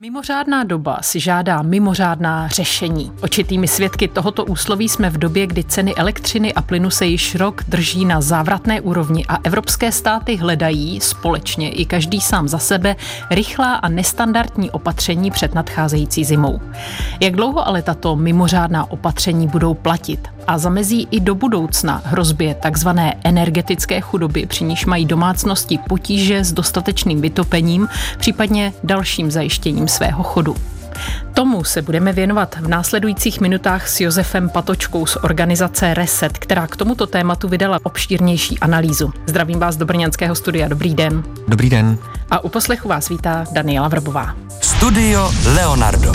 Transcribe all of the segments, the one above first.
Mimořádná doba si žádá mimořádná řešení. Očitými svědky tohoto úsloví jsme v době, kdy ceny elektřiny a plynu se již rok drží na závratné úrovni a evropské státy hledají společně i každý sám za sebe rychlá a nestandardní opatření před nadcházející zimou. Jak dlouho ale tato mimořádná opatření budou platit a zamezí i do budoucna hrozbě takzvané energetické chudoby, při níž mají domácnosti potíže s dostatečným vytopením, případně dalším zajištěním svého chodu. Tomu se budeme věnovat v následujících minutách s Josefem Patočkou z organizace Reset, která k tomuto tématu vydala obšírnější analýzu. Zdravím vás do brněnského studia. Dobrý den. Dobrý den. A u poslechu vás vítá Daniela Vrbová. Studio Leonardo.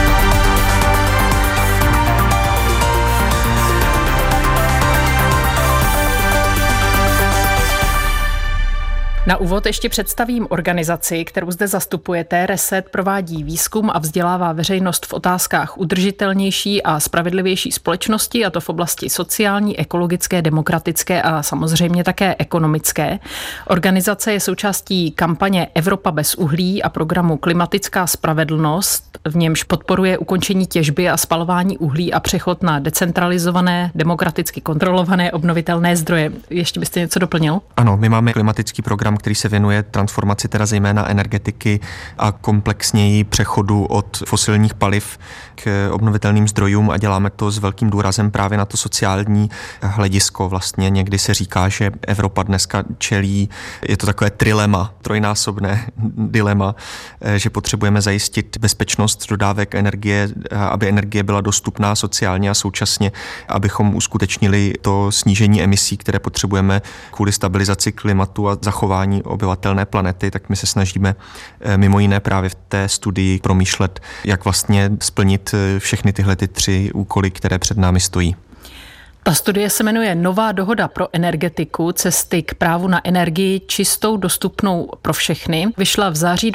Na úvod ještě představím organizaci, kterou zde zastupujete. Reset provádí výzkum a vzdělává veřejnost v otázkách udržitelnější a spravedlivější společnosti, a to v oblasti sociální, ekologické, demokratické a samozřejmě také ekonomické. Organizace je součástí kampaně Evropa bez uhlí a programu Klimatická spravedlnost, v němž podporuje ukončení těžby a spalování uhlí a přechod na decentralizované, demokraticky kontrolované obnovitelné zdroje. Ještě byste něco doplnil? Ano, my máme klimatický program, který se věnuje transformaci teda zejména energetiky a komplexněji přechodu od fosilních paliv k obnovitelným zdrojům a děláme to s velkým důrazem právě na to sociální hledisko. Vlastně někdy se říká, že Evropa dneska čelí, je to takové trilema, trojnásobné dilema, že potřebujeme zajistit bezpečnost dodávek energie, aby energie byla dostupná sociálně a současně, abychom uskutečnili to snížení emisí, které potřebujeme kvůli stabilizaci klimatu a zachování obyvatelné planety, tak my se snažíme mimo jiné právě v té studii promýšlet, jak vlastně splnit všechny tyhle tři úkoly, které před námi stojí. Ta studie se jmenuje Nová dohoda pro energetiku, cesty k právu na energii čistou, dostupnou pro všechny. Vyšla v září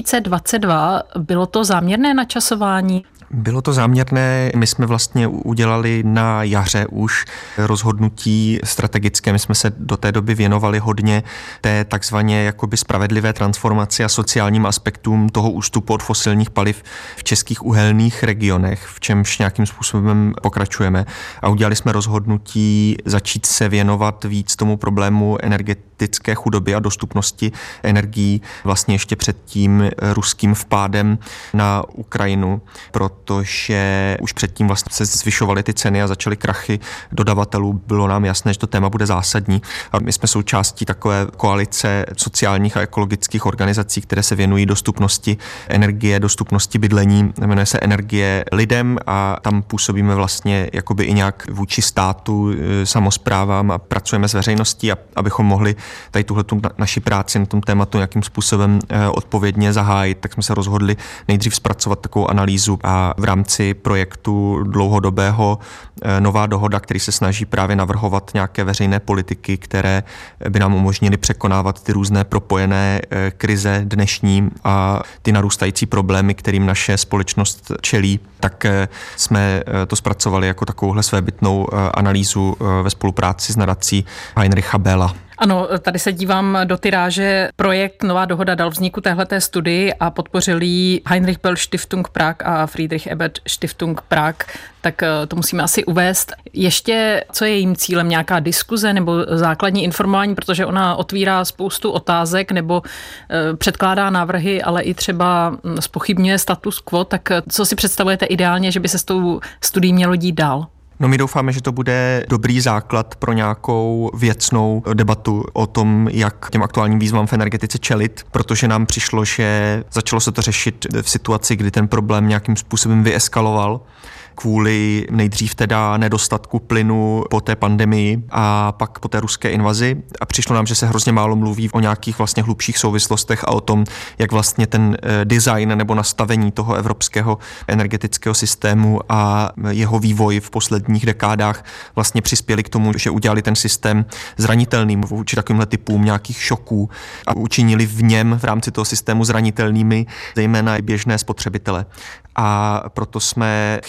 2022. Bylo to záměrné načasování? Bylo to záměrné, my jsme vlastně udělali na jaře už rozhodnutí strategické, my jsme se do té doby věnovali hodně té takzvaně jakoby spravedlivé transformaci a sociálním aspektům toho ústupu od fosilních paliv v českých uhelných regionech, v čemž nějakým způsobem pokračujeme a udělali jsme rozhodnutí začít se věnovat víc tomu problému energetické chudoby a dostupnosti energií vlastně ještě před tím ruským vpádem na Ukrajinu, protože už předtím vlastně se zvyšovaly ty ceny a začaly krachy dodavatelů. Bylo nám jasné, že to téma bude zásadní. A my jsme součástí takové koalice sociálních a ekologických organizací, které se věnují dostupnosti energie, dostupnosti bydlení. Jmenuje se Energie lidem a tam působíme vlastně jakoby i nějak vůči státu, samosprávám a pracujeme s veřejností, abychom mohli tady tuhletu naši práci na tom tématu nějakým způsobem odpovědně zahájit. Tak jsme se rozhodli nejdřív zpracovat takovou analýzu a v rámci projektu dlouhodobého Nová dohoda, který se snaží právě navrhovat nějaké veřejné politiky, které by nám umožnily překonávat ty různé propojené krize dnešní a ty narůstající problémy, kterým naše společnost čelí, tak jsme to zpracovali jako takovouhle svébytnou analýzu ve spolupráci s nadací Heinricha Bölla. Ano, tady se dívám do tiráže. Projekt Nová dohoda dal vzniku téhleté studii a podpořili ji Heinrich Böll Stiftung Prag a Friedrich Ebert Stiftung Prag, tak to musíme asi uvést. Ještě, co je jejím cílem, nějaká diskuze nebo základní informování, protože ona otvírá spoustu otázek nebo předkládá návrhy, ale i třeba zpochybňuje status quo, tak co si představujete ideálně, že by se s tou studií mělo dít dál? No my doufáme, že to bude dobrý základ pro nějakou věcnou debatu o tom, jak těm aktuálním výzvám v energetice čelit, protože nám přišlo, že začalo se to řešit v situaci, kdy ten problém nějakým způsobem vyeskaloval kvůli nejdřív teda nedostatku plynu po té pandemii a pak po té ruské invazi. A přišlo nám, že se hrozně málo mluví o nějakých vlastně hlubších souvislostech a o tom, jak vlastně ten design nebo nastavení toho evropského energetického systému a jeho vývoj v posledních dekádách vlastně přispěli k tomu, že udělali ten systém zranitelným vůči takovýmhle typům nějakých šoků a učinili v něm v rámci toho systému zranitelnými zejména běžné spotřebitele. A proto jsme chtěli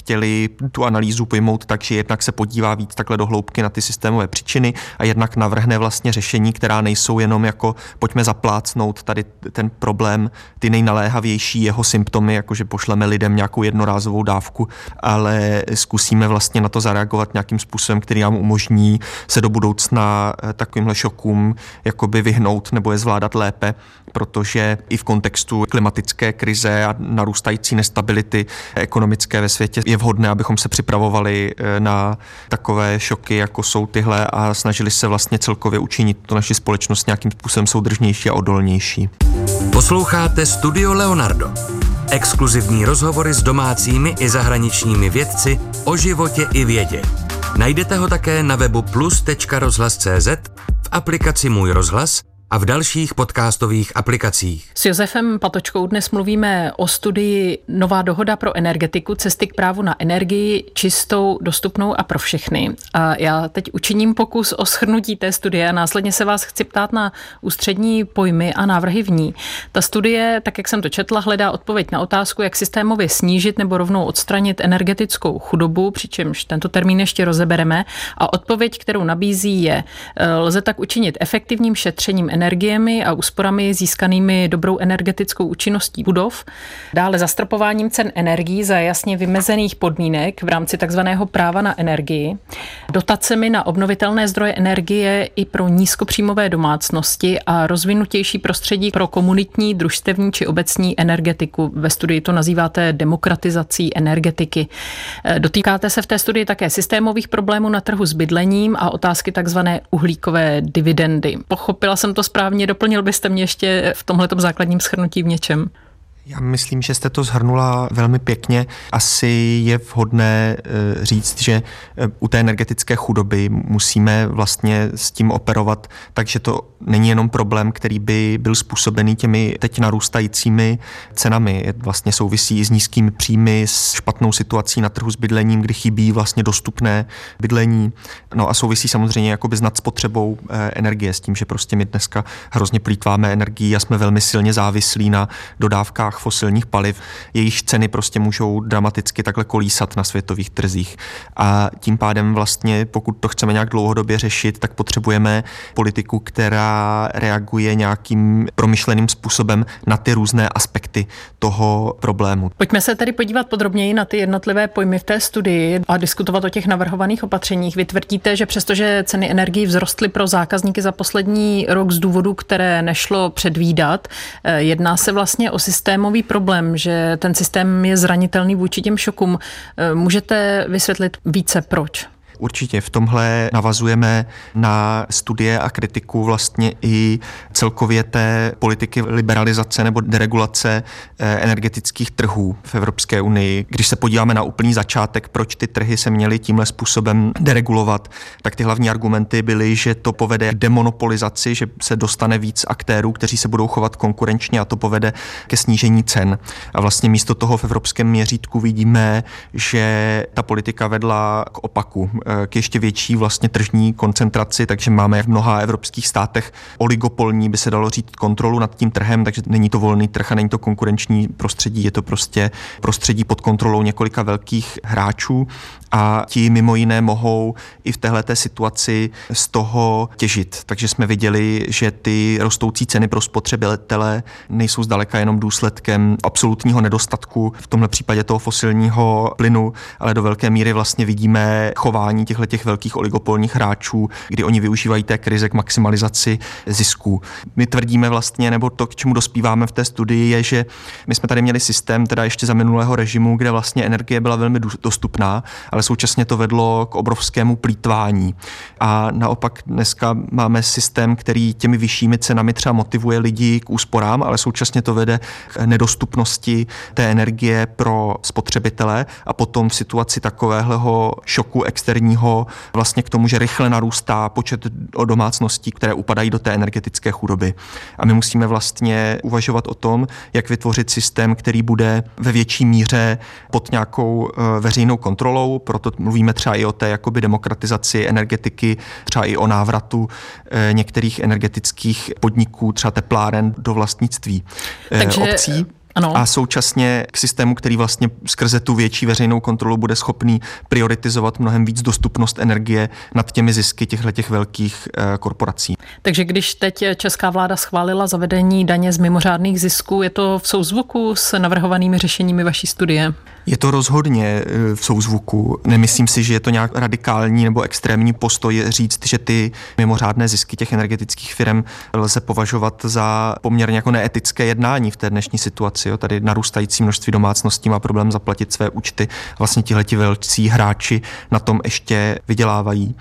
i tu analýzu pojmout tak, že jednak se podívá víc takhle do hloubky na ty systémové příčiny a jednak navrhne vlastně řešení, která nejsou jenom jako pojďme zaplácnout tady ten problém, ty nejnaléhavější jeho symptomy, jakože pošleme lidem nějakou jednorázovou dávku, ale zkusíme vlastně na to zareagovat nějakým způsobem, který nám umožní se do budoucna takovýmhle šokům jakoby vyhnout nebo je zvládat lépe, protože i v kontextu klimatické krize a narůstající nestability ekonomické ve světě je vhodné, abychom se připravovali na takové šoky, jako jsou tyhle a snažili se vlastně celkově učinit tu naši společnost nějakým způsobem soudržnější a odolnější. Posloucháte Studio Leonardo. Exkluzivní rozhovory s domácími i zahraničními vědci o životě i vědě. Najdete ho také na webu plus.rozhlas.cz, v aplikaci Můj rozhlas a v dalších podcastových aplikacích. S Josefem Patočkou dnes mluvíme o studii Nová dohoda pro energetiku, cesty k právu na energii, čistou, dostupnou a pro všechny. A já teď učiním pokus o shrnutí té studie a následně se vás chci ptát na ústřední pojmy a návrhy v ní. Ta studie, tak jak jsem to četla, hledá odpověď na otázku, jak systémově snížit nebo rovnou odstranit energetickou chudobu, přičemž tento termín ještě rozebereme. A odpověď, kterou nabízí, je: lze tak učinit efektivním šetřením energiemi a úsporami získanými dobrou energetickou účinností budov, dále zastropováním cen energií za jasně vymezených podmínek v rámci takzvaného práva na energii, dotacemi na obnovitelné zdroje energie i pro nízkopříjmové domácnosti a rozvinutější prostředí pro komunitní, družstevní či obecní energetiku. Ve studii to nazýváte demokratizací energetiky. Dotýkáte se v té studii také systémových problémů na trhu s bydlením a otázky takzvané uhlíkové dividendy. Pochopila jsem to správně, doplnil byste mě ještě v tomhletom základním shrnutí v něčem? Já myslím, že jste to shrnula velmi pěkně. Asi je vhodné říct, že u té energetické chudoby musíme vlastně s tím operovat, takže to není jenom problém, který by byl způsobený těmi teď narůstajícími cenami. Vlastně souvisí i s nízkými příjmy, s špatnou situací na trhu s bydlením, kdy chybí vlastně dostupné bydlení. No a souvisí samozřejmě jakoby s nadspotřebou energie, s tím, že prostě my dneska hrozně plýtváme energií a jsme velmi silně závislí na dodávkách fosilních paliv, jejichž ceny prostě můžou dramaticky takhle kolísat na světových trzích. A tím pádem vlastně, pokud to chceme nějak dlouhodobě řešit, tak potřebujeme politiku, která reaguje nějakým promyšleným způsobem na ty různé aspekty toho problému. Pojďme se tedy podívat podrobněji na ty jednotlivé pojmy v té studii a diskutovat o těch navrhovaných opatřeních. Vy tvrdíte, že přestože ceny energií vzrostly pro zákazníky za poslední rok z důvodů, které nešlo předvídat, jedná se vlastně o systémový problém, že ten systém je zranitelný vůči těm šokům. Můžete vysvětlit více proč? Určitě v tomhle navazujeme na studie a kritiku vlastně i celkově té politiky liberalizace nebo deregulace energetických trhů v Evropské unii. Když se podíváme na úplný začátek, proč ty trhy se měly tímhle způsobem deregulovat, tak ty hlavní argumenty byly, že to povede k demonopolizaci, že se dostane víc aktérů, kteří se budou chovat konkurenčně a to povede ke snížení cen. A vlastně místo toho v evropském měřítku vidíme, že ta politika vedla k opaku, k ještě větší vlastně tržní koncentraci, takže máme v mnoha evropských státech oligopolní, by se dalo říct, kontrolu nad tím trhem, takže není to volný trh a není to konkurenční prostředí, je to prostě prostředí pod kontrolou několika velkých hráčů a ti mimo jiné mohou i v téhleté situaci z toho těžit. Takže jsme viděli, že ty rostoucí ceny pro spotřebitele nejsou zdaleka jenom důsledkem absolutního nedostatku, v tomhle případě toho fosilního plynu, ale do velké míry vlastně vidíme chování těch velkých oligopolních hráčů, kdy oni využívají té krize k maximalizaci zisků. My tvrdíme vlastně, nebo to, k čemu dospíváme v té studii, je, že my jsme tady měli systém teda ještě za minulého režimu, kde vlastně energie byla velmi dostupná, ale současně to vedlo k obrovskému plýtvání. A naopak dneska máme systém, který těmi vyššími cenami třeba motivuje lidi k úsporám, ale současně to vede k nedostupnosti té energie pro spotřebitele a potom v situaci takového šoku externího vlastně k tomu, že rychle narůstá počet domácností, které upadají do té energetické chudoby. A my musíme vlastně uvažovat o tom, jak vytvořit systém, který bude ve větší míře pod nějakou veřejnou kontrolou, proto mluvíme třeba i o té jakoby demokratizaci energetiky, třeba i o návratu některých energetických podniků, třeba tepláren do vlastnictví obcí. Ano. A současně k systému, který vlastně skrze tu větší veřejnou kontrolu bude schopný prioritizovat mnohem víc dostupnost energie nad těmi zisky těchto velkých korporací. Takže když teď česká vláda schválila zavedení daně z mimořádných zisků, je to v souzvuku s navrhovanými řešeními vaší studie? Je to rozhodně v souzvuku. Nemyslím si, že je to nějak radikální nebo extrémní postoj říct, že ty mimořádné zisky těch energetických firm lze považovat za poměrně jako neetické jednání v té dnešní situaci. Jo. Tady narůstající množství domácností má problém zaplatit své účty. Vlastně tihleti velcí hráči na tom ještě vydělávají.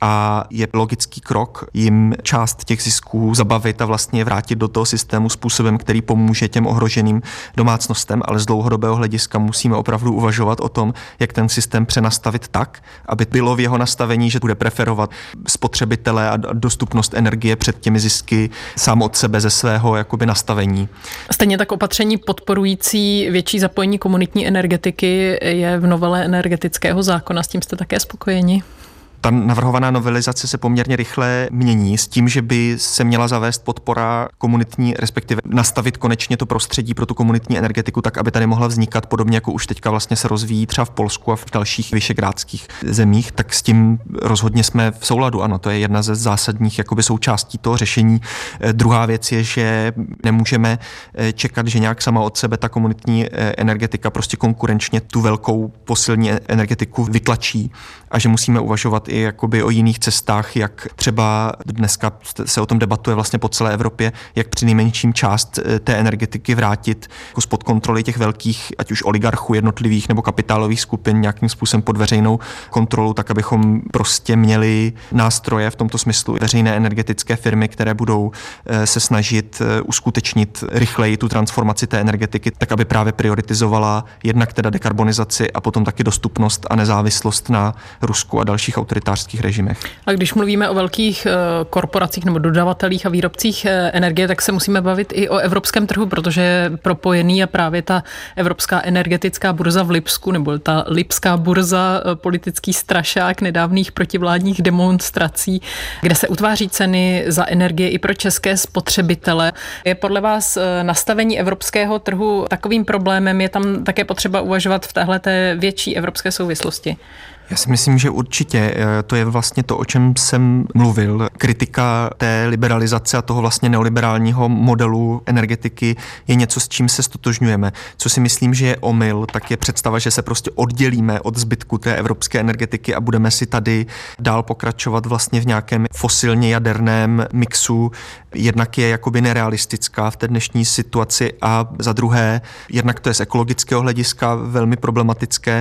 A je logický krok jim část těch zisků zabavit a vlastně vrátit do toho systému způsobem, který pomůže těm ohroženým domácnostem, ale z dlouhodobého hlediska musíme opravdu uvažovat o tom, jak ten systém přenastavit tak, aby bylo v jeho nastavení, že bude preferovat spotřebitele a dostupnost energie před těmi zisky sám od sebe ze svého jakoby nastavení. Stejně tak opatření podporující větší zapojení komunitní energetiky je v novele energetického zákona. S tím jste také spokojeni? Ta navrhovaná novelizace se poměrně rychle mění s tím, že by se měla zavést podpora komunitní, respektive nastavit konečně to prostředí pro tu komunitní energetiku tak, aby tady mohla vznikat podobně, jako už teďka vlastně se rozvíjí třeba v Polsku a v dalších vyšegrádských zemích, tak s tím rozhodně jsme v souladu. Ano, to je jedna ze zásadních jakoby součástí toho řešení. Druhá věc je, že nemůžeme čekat, že nějak sama od sebe ta komunitní energetika prostě konkurenčně tu velkou fosilní energetiku vytlačí a že musíme uvažovat i jakoby o jiných cestách, jak třeba dneska se o tom debatuje vlastně po celé Evropě, jak při nejmenším část té energetiky vrátit jako spod kontroly těch velkých, ať už oligarchů jednotlivých nebo kapitálových skupin nějakým způsobem pod veřejnou kontrolu, tak abychom prostě měli nástroje v tomto smyslu veřejné energetické firmy, které budou se snažit uskutečnit rychleji tu transformaci té energetiky, tak aby právě prioritizovala jednak teda dekarbonizaci a potom taky dostupnost a nezávislost na Rusku a dalších autoritářských režimech. A když mluvíme o velkých korporacích nebo dodavatelích a výrobcích energie, tak se musíme bavit i o evropském trhu, protože je propojený a právě ta Evropská energetická burza v Lipsku nebo ta Lipská burza, politický strašák nedávných protivládních demonstrací, kde se utváří ceny za energie i pro české spotřebitele. Je podle vás nastavení evropského trhu takovým problémem? Je tam také potřeba uvažovat v téhleté větší evropské souvislosti? Já si myslím, že určitě to je vlastně to, o čem jsem mluvil. Kritika té liberalizace a toho vlastně neoliberálního modelu energetiky je něco, s čím se stotožňujeme. Co si myslím, že je omyl, tak je představa, že se prostě oddělíme od zbytku té evropské energetiky a budeme si tady dál pokračovat vlastně v nějakém fosilně jaderném mixu. Jednak je jakoby nerealistická v té dnešní situaci a za druhé, jednak to je z ekologického hlediska velmi problematické,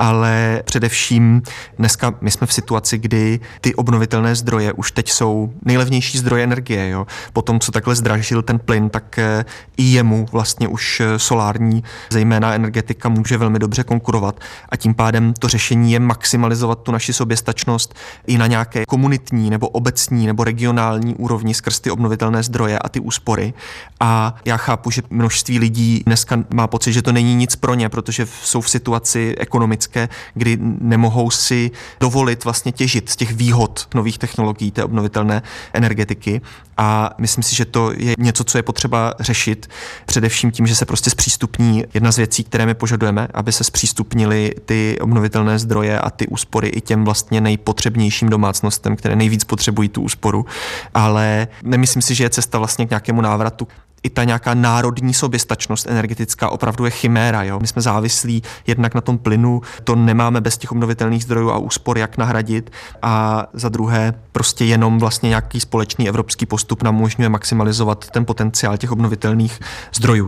ale především dneska my jsme v situaci, kdy ty obnovitelné zdroje už teď jsou nejlevnější zdroje energie. Jo. Po tom, co takhle zdražil ten plyn, tak i jemu vlastně už solární, zejména energetika, může velmi dobře konkurovat. A tím pádem to řešení je maximalizovat tu naši soběstačnost i na nějaké komunitní nebo obecní nebo regionální úrovni skrz ty obnovitelné zdroje a ty úspory. A já chápu, že množství lidí dneska má pocit, že to není nic pro ně, protože jsou v situaci ekonomické, kdy nemohou si dovolit vlastně těžit z těch výhod nových technologií té obnovitelné energetiky. A myslím si, že to je něco, co je potřeba řešit, především tím, že se prostě zpřístupní jedna z věcí, které my požadujeme, aby se zpřístupnily ty obnovitelné zdroje a ty úspory i těm vlastně nejpotřebnějším domácnostem, které nejvíc potřebují tu úsporu. Ale nemyslím si, že je cesta vlastně k nějakému návratu. I ta nějaká národní soběstačnost energetická opravdu je chiméra. Jo? My jsme závislí jednak na tom plynu, to nemáme bez těch obnovitelných zdrojů a úspor, jak nahradit. A za druhé, prostě jenom vlastně nějaký společný evropský postup nám umožňuje maximalizovat ten potenciál těch obnovitelných zdrojů.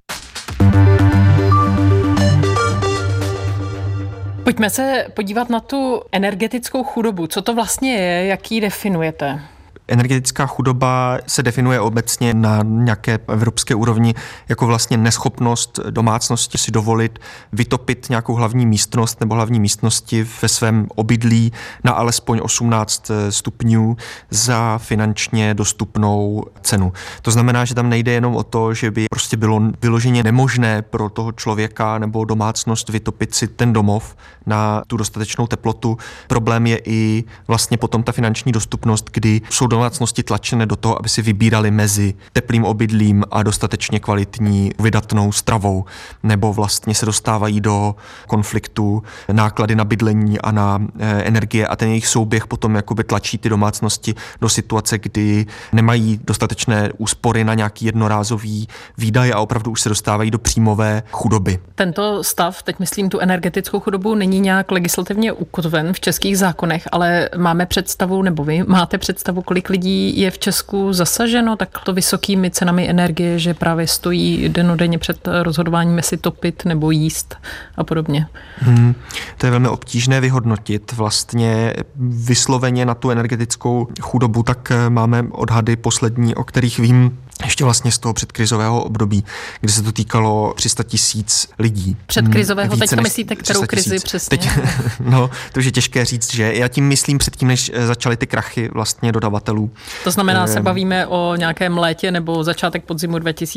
Pojďme se podívat na tu energetickou chudobu. Co to vlastně je, jak ji definujete? Energetická chudoba se definuje obecně na nějaké evropské úrovni jako vlastně neschopnost domácnosti si dovolit vytopit nějakou hlavní místnost nebo hlavní místnosti ve svém obydlí na alespoň 18 stupňů za finančně dostupnou cenu. To znamená, že tam nejde jenom o to, že by prostě bylo vyloženě nemožné pro toho člověka nebo domácnost vytopit si ten domov na tu dostatečnou teplotu. Problém je i vlastně potom ta finanční dostupnost, kdy jsou domácnosti tlačené do toho, aby si vybírali mezi teplým obydlím a dostatečně kvalitní vydatnou stravou, nebo vlastně se dostávají do konfliktu náklady na bydlení a na energie a ten jejich souběh potom jakoby tlačí ty domácnosti do situace, kdy nemají dostatečné úspory na nějaký jednorázový výdaj a opravdu už se dostávají do příjmové chudoby. Tento stav, teď myslím tu energetickou chudobu, není nějak legislativně ukotven v českých zákonech, ale máme představu, nebo vy máte představu, kolik lidí je v Česku zasaženo takto vysokými cenami energie, že právě stojí dennodenně před rozhodováním, jestli topit nebo jíst a podobně. To je velmi obtížné vyhodnotit. Vlastně vysloveně na tu energetickou chudobu, tak máme odhady poslední, o kterých vím, ještě vlastně z toho předkrizového období, kde se to týkalo 300 000 lidí. Předkrizového, teďka myslíte, kterou krizi přesně? Teď, no, to už je těžké říct, že já tím myslím předtím, než začaly ty krachy vlastně dodavatelů. To znamená, se bavíme o nějakém létě nebo začátek podzimu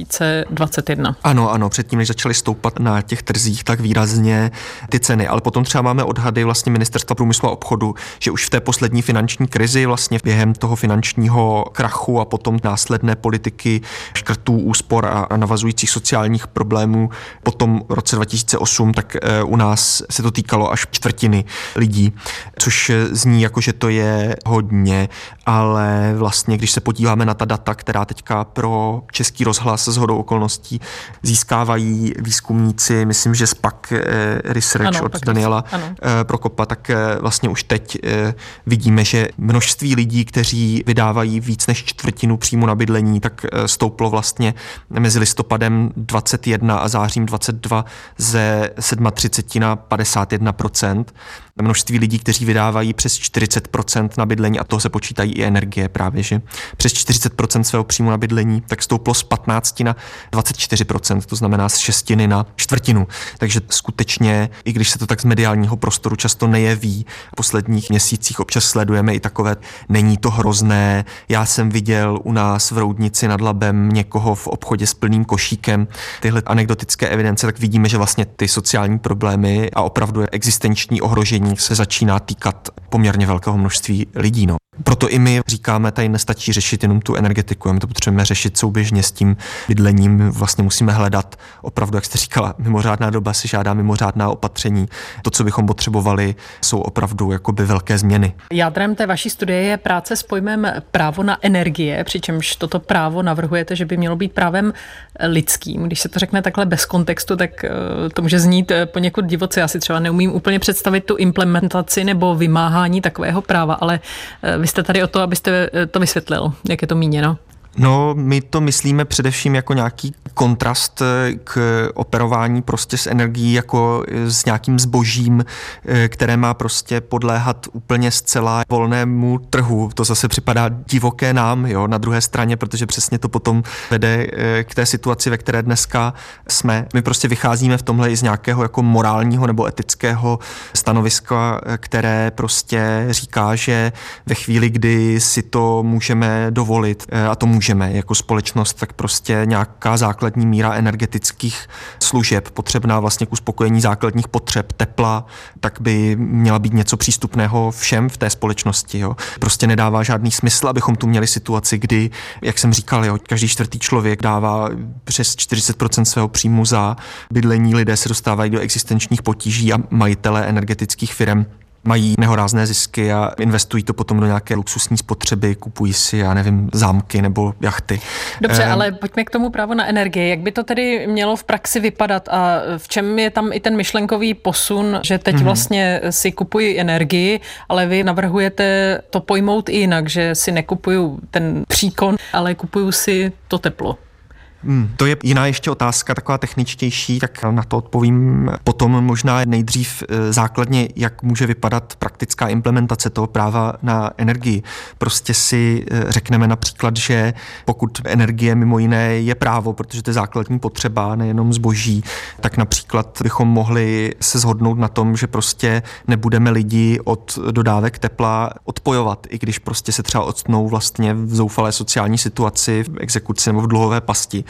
2021. Ano, předtím, než začaly stoupat na těch trzích tak výrazně ty ceny. Ale potom třeba máme odhady vlastně Ministerstva průmyslu a obchodu, že už v té poslední finanční krizi, vlastně během toho finančního krachu a potom následné politiky škrtů, úspor a navazujících sociálních problémů po tom roce 2008, tak u nás se to týkalo až čtvrtiny lidí, což zní jako, že to je hodně, ale vlastně, když se podíváme na ta data, která teďka pro Český rozhlas shodou okolností získávají výzkumníci, myslím, že z PAC Research od Daniela Prokopa, tak vlastně už teď vidíme, že množství lidí, kteří vydávají víc než čtvrtinu příjmu na bydlení, tak stouplo vlastně mezi listopadem 21 a zářím 22 ze 37 na 51%. Množství lidí, kteří vydávají přes 40% na bydlení, a toho se počítají i energie právě, že přes 40% svého příjmu na bydlení, tak stouplo z 15 na 24%, to znamená z 6 na čtvrtinu. Takže skutečně, i když se to tak z mediálního prostoru často nejeví, v posledních měsících občas sledujeme i takové, není to hrozné, já jsem viděl u nás v Roudnici nad Labem někoho v obchodě s plným košíkem, tyhle anekdotické evidence, tak vidíme, že vlastně ty sociální problémy a opravdu existenční ohrožení se začíná týkat poměrně velkého množství lidí. No. Proto i my říkáme, tady nestačí řešit jenom tu energetiku, my to potřebujeme řešit souběžně s tím bydlením, vlastně musíme hledat opravdu, jak jste říkala, mimořádná doba si žádá mimořádná opatření. To, co bychom potřebovali, jsou opravdu jakoby velké změny. Jádrem té vaší studie je práce s pojmem právo na energie, přičemž toto právo navrhujete, že by mělo být právem lidským. Když se to řekne takhle bez kontextu, tak to může znít poněkud divoce. Já si třeba neumím úplně představit tu implementaci nebo vymáhání takového práva, ale vy jste tady o to, abyste to vysvětlil, jak je to míněno. No, my to myslíme především jako nějaký kontrast k operování prostě s energií jako s nějakým zbožím, které má prostě podléhat úplně zcela volnému trhu. To zase připadá divoké nám, jo, na druhé straně, protože přesně to potom vede k té situaci, ve které dneska jsme. My prostě vycházíme v tomhle i z nějakého jako morálního nebo etického stanoviska, které prostě říká, že ve chvíli, kdy si to můžeme dovolit, a to můžeme jako společnost, tak prostě nějaká základní míra energetických služeb potřebná vlastně k uspokojení základních potřeb tepla, tak by měla být něco přístupného všem v té společnosti. Jo. Prostě nedává žádný smysl, abychom tu měli situaci, kdy, jak jsem říkal, jo, každý čtvrtý člověk dává přes 40% svého příjmu za bydlení, lidé se dostávají do existenčních potíží a majitelé energetických firem mají nehorázné zisky a investují to potom do nějaké luxusní spotřeby, kupují si, já nevím, zámky nebo jachty. Dobře, ale pojďme k tomu právu na energie. Jak by to tedy mělo v praxi vypadat a v čem je tam i ten myšlenkový posun, že teď vlastně si kupuji energii, ale vy navrhujete to pojmout i jinak, že si nekupuju ten příkon, ale kupuju si to teplo. To je jiná ještě otázka, taková techničtější, tak na to odpovím potom možná nejdřív základně, jak může vypadat praktická implementace toho práva na energii. Prostě si řekneme například, že pokud energie mimo jiné je právo, protože to je základní potřeba, nejenom zboží, tak například bychom mohli se shodnout na tom, že prostě nebudeme lidi od dodávek tepla odpojovat, i když prostě se třeba odstnou vlastně v zoufalé sociální situaci, v exekuci nebo v dluhové pasti.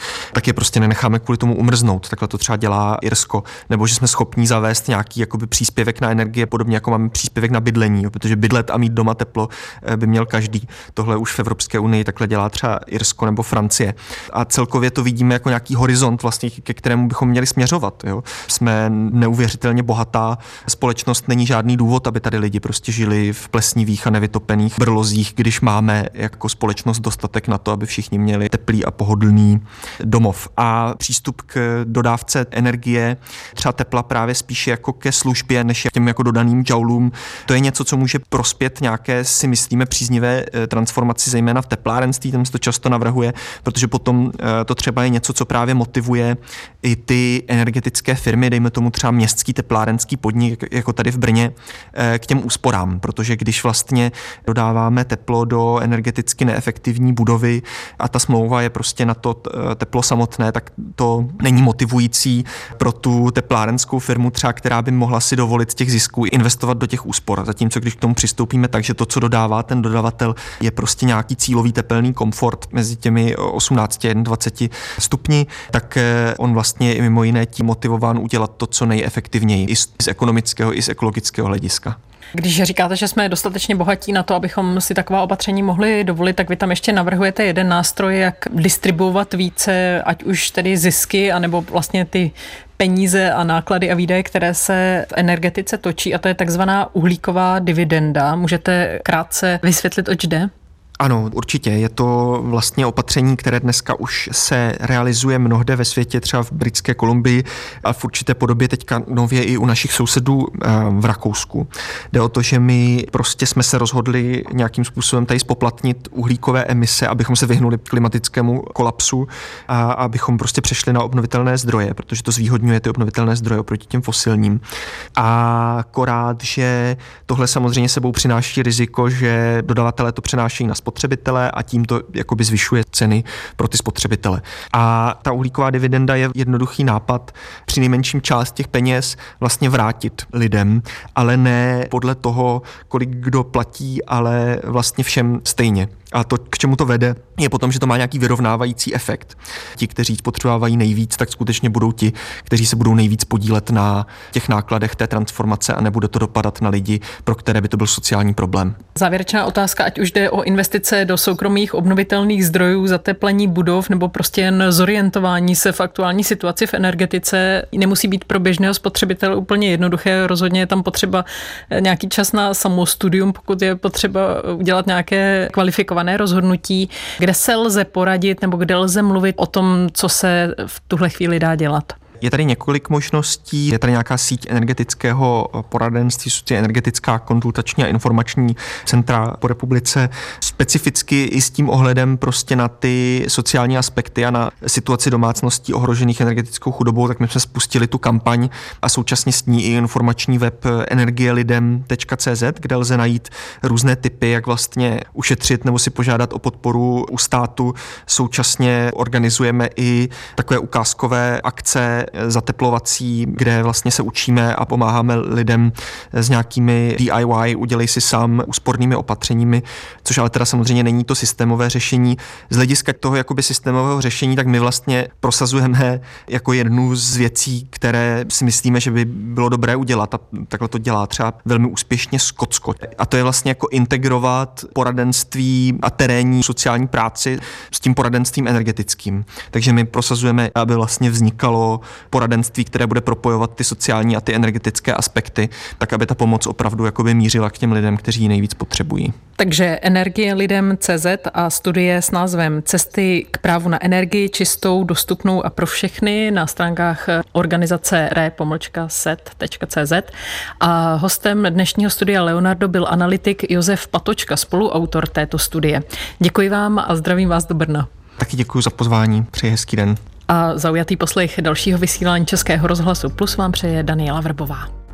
tak je prostě nenecháme kvůli tomu umrznout. Takhle to třeba dělá Irsko, nebo že jsme schopní zavést nějaký jakoby příspěvek na energie, podobně jako máme příspěvek na bydlení, jo, protože bydlet a mít doma teplo by měl každý. Tohle už v Evropské unii takhle dělá třeba Irsko nebo Francie. A celkově to vidíme jako nějaký horizont vlastně, ke kterému bychom měli směřovat. Jo. Jsme neuvěřitelně bohatá společnost, není žádný důvod, aby tady lidi prostě žili v plesnivých a nevytopených brlozích, když máme jako společnost dostatek na to, aby všichni měli teplý a pohodlný domov. A přístup k dodávce energie, třeba tepla právě spíše jako ke službě, než těm jako dodaným joulům. To je něco, co může prospět nějaké, si myslíme, příznivé transformaci, zejména v teplárenství, tam se to často navrhuje, protože potom to třeba je něco, co právě motivuje i ty energetické firmy, dejme tomu třeba městský teplárenský podnik, jako tady v Brně, k těm úsporám, protože když vlastně dodáváme teplo do energeticky neefektivní budovy a ta smlouva je prostě na to teplo samotné, tak to není motivující pro tu teplárenskou firmu třeba, která by mohla si dovolit z těch zisků investovat do těch úspor. Zatímco když k tomu přistoupíme tak, že to, co dodává ten dodavatel, je prostě nějaký cílový tepelný komfort mezi těmi 18 a 21 stupni, tak on vlastně je mimo jiné tím motivován udělat to, co nejefektivněji i z ekonomického, i z ekologického hlediska. Když říkáte, že jsme dostatečně bohatí na to, abychom si taková opatření mohli dovolit, tak vy tam ještě navrhujete jeden nástroj, jak distribuovat více, ať už tedy zisky, anebo vlastně ty peníze a náklady a výdaje, které se v energetice točí, a to je takzvaná uhlíková dividenda. Můžete krátce vysvětlit, oč jde? Ano, určitě. Je to vlastně opatření, které dneska už se realizuje mnohde ve světě, třeba v Britské Kolumbii a v určité podobě teďka nově i u našich sousedů v Rakousku. Jde o to, že my prostě jsme se rozhodli nějakým způsobem tady spoplatnit uhlíkové emise, abychom se vyhnuli klimatickému kolapsu a abychom prostě přešli na obnovitelné zdroje, protože to zvýhodňuje ty obnovitelné zdroje oproti těm fosilním. A akorát, že tohle samozřejmě sebou přináší riziko, že dodavatelé to přenášejí na spotřebitele a tím to jakoby zvyšuje ceny pro ty spotřebitele. A ta uhlíková dividenda je jednoduchý nápad při nejmenším část těch peněz vlastně vrátit lidem, ale ne podle toho, kolik kdo platí, ale vlastně všem stejně. A to, k čemu to vede, je potom, že to má nějaký vyrovnávající efekt. Ti, kteří spotřebovávají nejvíc, tak skutečně budou ti, kteří se budou nejvíc podílet na těch nákladech té transformace a nebude to dopadat na lidi, pro které by to byl sociální problém. Závěrečná otázka, ať už jde o investice do soukromých obnovitelných zdrojů, zateplení budov nebo prostě jen zorientování se v aktuální situaci v energetice, nemusí být pro běžného spotřebitele úplně jednoduché. Rozhodně je tam potřeba nějaký čas na samostudium, pokud je potřeba udělat nějaké kvalifikované rozhodnutí, kde se lze poradit nebo kde lze mluvit o tom, co se v tuhle chvíli dá dělat. Je tady několik možností, je tady nějaká síť energetického poradenství, energetická konzultační a informační centra po republice, specificky i s tím ohledem prostě na ty sociální aspekty a na situaci domácností ohrožených energetickou chudobou, tak my jsme spustili tu kampaň a současně s ní i informační web energielidem.cz, kde lze najít různé tipy, jak vlastně ušetřit nebo si požádat o podporu u státu. Současně organizujeme i takové ukázkové akce zateplovací, kde vlastně se učíme a pomáháme lidem s nějakými DIY, udělej si sám úspornými opatřeními, což ale teda samozřejmě není to systémové řešení. Z hlediska toho jakoby systémového řešení, tak my vlastně prosazujeme jako jednu z věcí, které si myslíme, že by bylo dobré udělat, a takhle to dělá třeba velmi úspěšně Skotsko. A to je vlastně jako integrovat poradenství a terénní sociální práci s tím poradenstvím energetickým. Takže my prosazujeme, aby vlastně vznikalo poradenství, které bude propojovat ty sociální a ty energetické aspekty, tak aby ta pomoc opravdu jakoby mířila k těm lidem, kteří ji nejvíc potřebují. Takže energielidem.cz a studie s názvem Cesty k právu na energii čistou, dostupnou a pro všechny na stránkách organizace re-set.cz. A hostem dnešního studia Leonardo byl analytik Josef Patočka, spoluautor této studie. Děkuji vám a zdravím vás do Brna. Taky děkuji za pozvání, přeji hezký den. A zaujatý poslech dalšího vysílání Českého rozhlasu Plus vám přeje Daniela Vrbová.